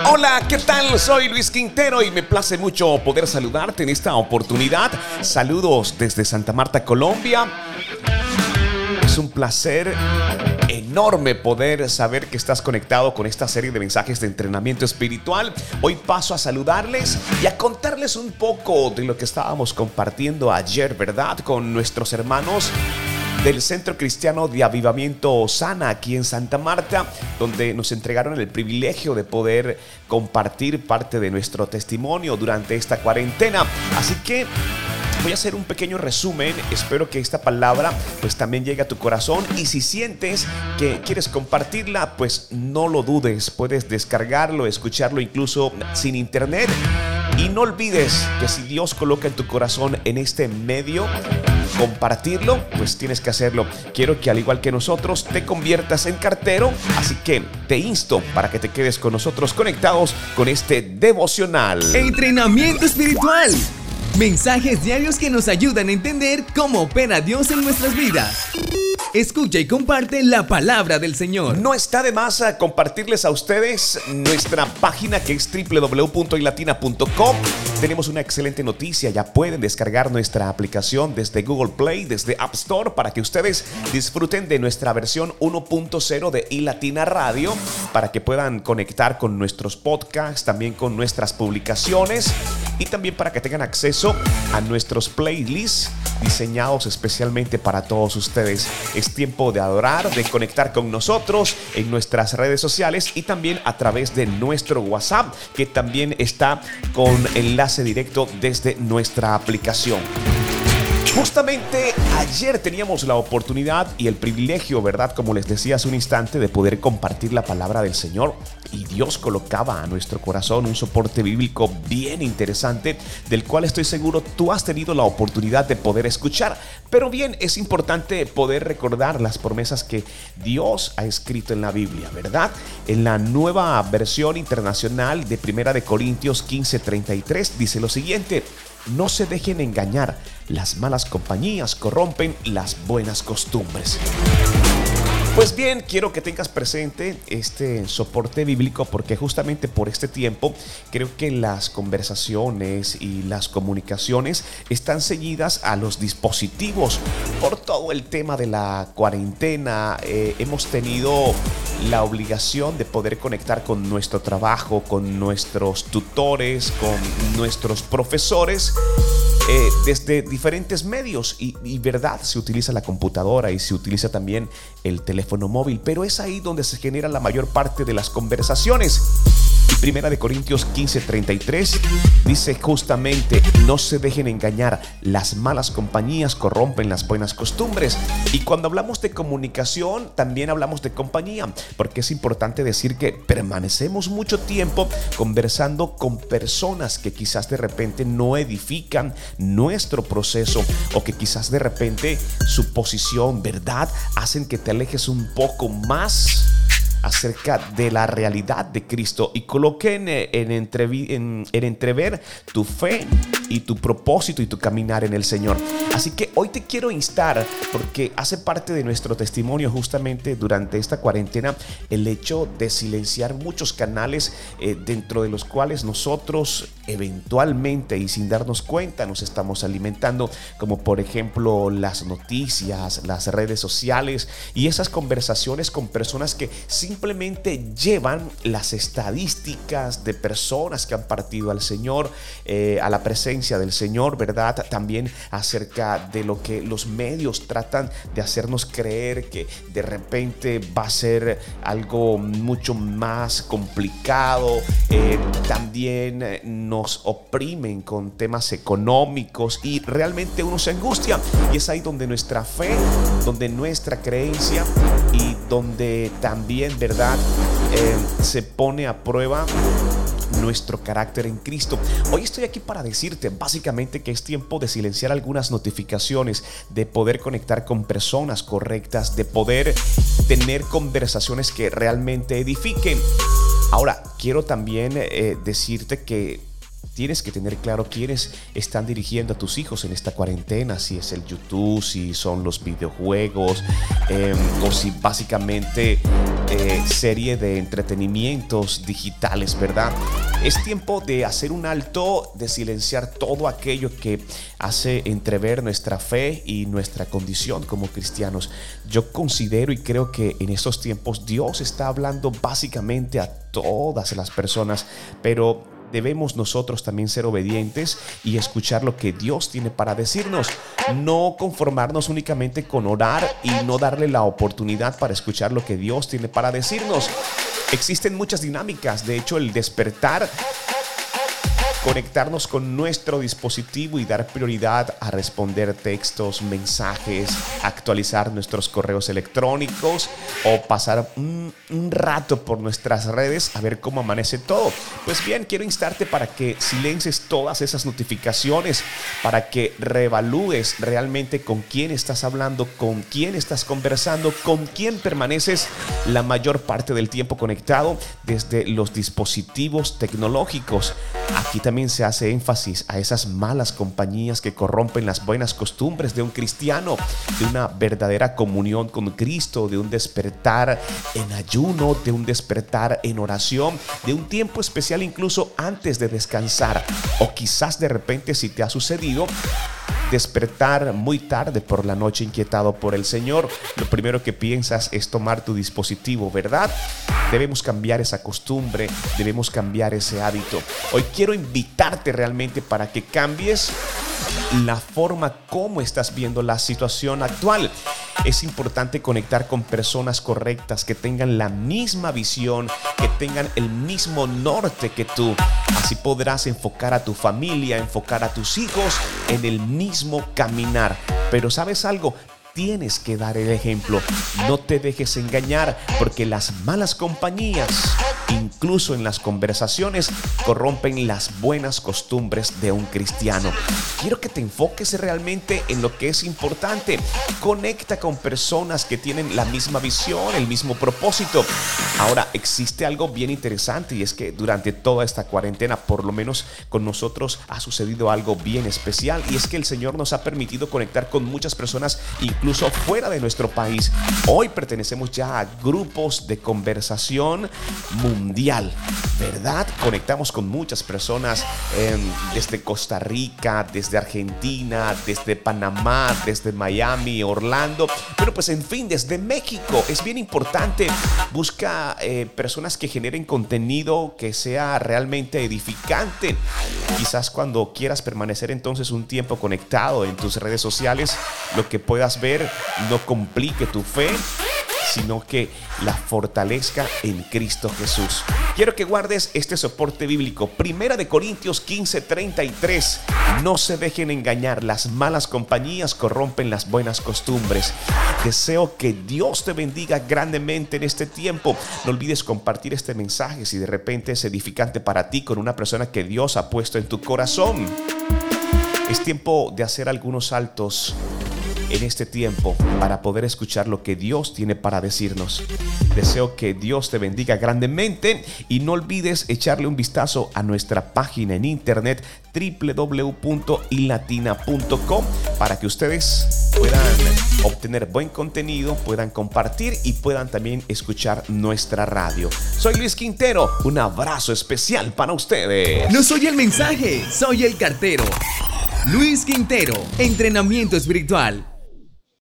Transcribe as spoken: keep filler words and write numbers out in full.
Hola, ¿qué tal? Soy Luis Quintero y me place mucho poder saludarte en esta oportunidad. Saludos desde Santa Marta, Colombia. Es un placer enorme poder saber que estás conectado con esta serie de mensajes de entrenamiento espiritual. Hoy paso a saludarles y a contarles un poco de lo que estábamos compartiendo ayer, ¿verdad? Con nuestros hermanos del Centro Cristiano de Avivamiento Osana aquí en Santa Marta, donde nos entregaron el privilegio de poder compartir parte de nuestro testimonio durante esta cuarentena. Así que voy a hacer un pequeño resumen. Espero que esta palabra pues también llegue a tu corazón, y si sientes que quieres compartirla, pues no lo dudes, puedes descargarlo, escucharlo incluso sin internet. Y no olvides que si Dios coloca en tu corazón en este medio compartirlo, pues tienes que hacerlo. Quiero que al igual que nosotros te conviertas en cartero, así que te insto para que te quedes con nosotros conectados con este devocional. Entrenamiento espiritual. Mensajes diarios que nos ayudan a entender cómo opera Dios en nuestras vidas. Escucha y comparte la palabra del Señor. No está de más a compartirles a ustedes nuestra página, que es doble u doble u doble u punto ilatina punto com. Tenemos una excelente noticia. Ya pueden descargar nuestra aplicación desde Google Play, desde App Store, para que ustedes disfruten de nuestra versión uno punto cero de iLatina Radio, para que puedan conectar con nuestros podcasts, también con nuestras publicaciones, y también para que tengan acceso a nuestros playlists diseñados especialmente para todos ustedes. Es tiempo de adorar, de conectar con nosotros en nuestras redes sociales y también a través de nuestro WhatsApp, que también está con enlace directo desde nuestra aplicación. Justamente ayer teníamos la oportunidad y el privilegio, ¿verdad? Como les decía hace un instante, de poder compartir la palabra del Señor, y Dios colocaba a nuestro corazón un soporte bíblico bien interesante, del cual estoy seguro tú has tenido la oportunidad de poder escuchar. Pero bien, es importante poder recordar las promesas que Dios ha escrito en la Biblia, ¿verdad? En la nueva versión internacional de Primera de Corintios quince treinta y tres dice lo siguiente: no se dejen engañar, las malas compañías corrompen las buenas costumbres. Pues bien, quiero que tengas presente este soporte bíblico, porque justamente por este tiempo creo que las conversaciones y las comunicaciones están seguidas a los dispositivos. Por todo el tema de la cuarentena, eh, hemos tenido la obligación de poder conectar con nuestro trabajo, con nuestros tutores, con nuestros profesores, Eh, desde diferentes medios, y, y verdad, se utiliza la computadora y se utiliza también el teléfono móvil, pero es ahí donde se genera la mayor parte de las conversaciones. Y Primera de Corintios quince treinta y tres dice justamente: no se dejen engañar, las malas compañías corrompen las buenas costumbres. Y cuando hablamos de comunicación, también hablamos de compañía, porque es importante decir que permanecemos mucho tiempo conversando con personas que quizás de repente no edifican nuestro proceso, o que quizás de repente su posición, ¿verdad?, hacen que te alejes un poco más acerca de la realidad de Cristo y coloquen en, entrevi- en, en entrever tu fe y tu propósito y tu caminar en el Señor. Así que hoy te quiero instar, porque hace parte de nuestro testimonio justamente durante esta cuarentena, el hecho de silenciar muchos canales eh, dentro de los cuales nosotros eventualmente y sin darnos cuenta nos estamos alimentando, como por ejemplo las noticias, las redes sociales y esas conversaciones con personas que simplemente llevan las estadísticas de personas que han partido al Señor, eh, a la presencia del Señor, ¿verdad? También acerca de lo que los medios tratan de hacernos creer, que de repente va a ser algo mucho más complicado. Eh, también eh, nos oprimen con temas económicos y realmente uno se angustia, y es ahí donde nuestra fe, donde nuestra creencia y donde también, ¿verdad?, eh, se pone a prueba nuestro carácter en Cristo. Hoy estoy aquí para decirte básicamente que es tiempo de silenciar algunas notificaciones, de poder conectar con personas correctas, de poder tener conversaciones que realmente edifiquen. Ahora, quiero también eh, decirte que tienes que tener claro quiénes están dirigiendo a tus hijos en esta cuarentena, si es el YouTube, si son los videojuegos, eh, o si básicamente eh, serie de entretenimientos digitales, ¿verdad? Es tiempo de hacer un alto, de silenciar todo aquello que hace entrever nuestra fe y nuestra condición como cristianos. Yo considero y creo que en estos tiempos Dios está hablando básicamente a todas las personas, pero debemos nosotros también ser obedientes y escuchar lo que Dios tiene para decirnos. No conformarnos únicamente con orar y no darle la oportunidad para escuchar lo que Dios tiene para decirnos. Existen muchas dinámicas. De hecho, el despertar, conectarnos con nuestro dispositivo y dar prioridad a responder textos, mensajes, actualizar nuestros correos electrónicos o pasar un, un rato por nuestras redes a ver cómo amanece todo. Pues bien, quiero instarte para que silencies todas esas notificaciones, para que reevalúes realmente con quién estás hablando, con quién estás conversando, con quién permaneces la mayor parte del tiempo conectado desde los dispositivos tecnológicos. Aquí también se hace énfasis a esas malas compañías que corrompen las buenas costumbres de un cristiano, de una verdadera comunión con Cristo, de un despertar en ayuno, de un despertar en oración, de un tiempo especial incluso antes de descansar. O quizás de repente, si te ha sucedido, despertar muy tarde por la noche inquietado por el Señor, lo primero que piensas es tomar tu dispositivo, ¿verdad? Debemos cambiar esa costumbre, debemos cambiar ese hábito. Hoy quiero invitarte realmente para que cambies la forma como estás viendo la situación actual. Es importante conectar con personas correctas que tengan la misma visión, que tengan el mismo norte que tú. Así podrás enfocar a tu familia, enfocar a tus hijos en el mismo caminar. Pero ¿sabes algo? Tienes que dar el ejemplo. No te dejes engañar, porque las malas compañías, incluso en las conversaciones, corrompen las buenas costumbres de un cristiano. Quiero que te enfoques realmente en lo que es importante. Conecta con personas que tienen la misma visión, el mismo propósito. Ahora, existe algo bien interesante, y es que durante toda esta cuarentena, por lo menos con nosotros, ha sucedido algo bien especial, y es que el Señor nos ha permitido conectar con muchas personas, incluso fuera de nuestro país. Hoy pertenecemos ya a grupos de conversación mundial, ¿verdad? Conectamos con muchas personas eh, desde Costa Rica, desde Argentina, desde Panamá, desde Miami, Orlando, pero pues en fin, desde México. Es bien importante. Busca eh, personas que generen contenido que sea realmente edificante. Quizás cuando quieras permanecer entonces un tiempo conectado en tus redes sociales, lo que puedas ver no complique tu fe, sino que la fortalezca en Cristo Jesús. Quiero que guardes este soporte bíblico. Primera de Corintios quince, treinta y tres. No se dejen engañar, las malas compañías corrompen las buenas costumbres. Deseo que Dios te bendiga grandemente en este tiempo. No olvides compartir este mensaje si de repente es edificante para ti, con una persona que Dios ha puesto en tu corazón. Es tiempo de hacer algunos saltos en este tiempo para poder escuchar lo que Dios tiene para decirnos. Deseo que Dios te bendiga grandemente, y no olvides echarle un vistazo a nuestra página en internet doble u doble u doble u punto ilatina punto com para que ustedes puedan obtener buen contenido, puedan compartir y puedan también escuchar nuestra radio. Soy Luis Quintero, un abrazo especial para ustedes. No soy el mensaje, soy el cartero. Luis Quintero, entrenamiento espiritual.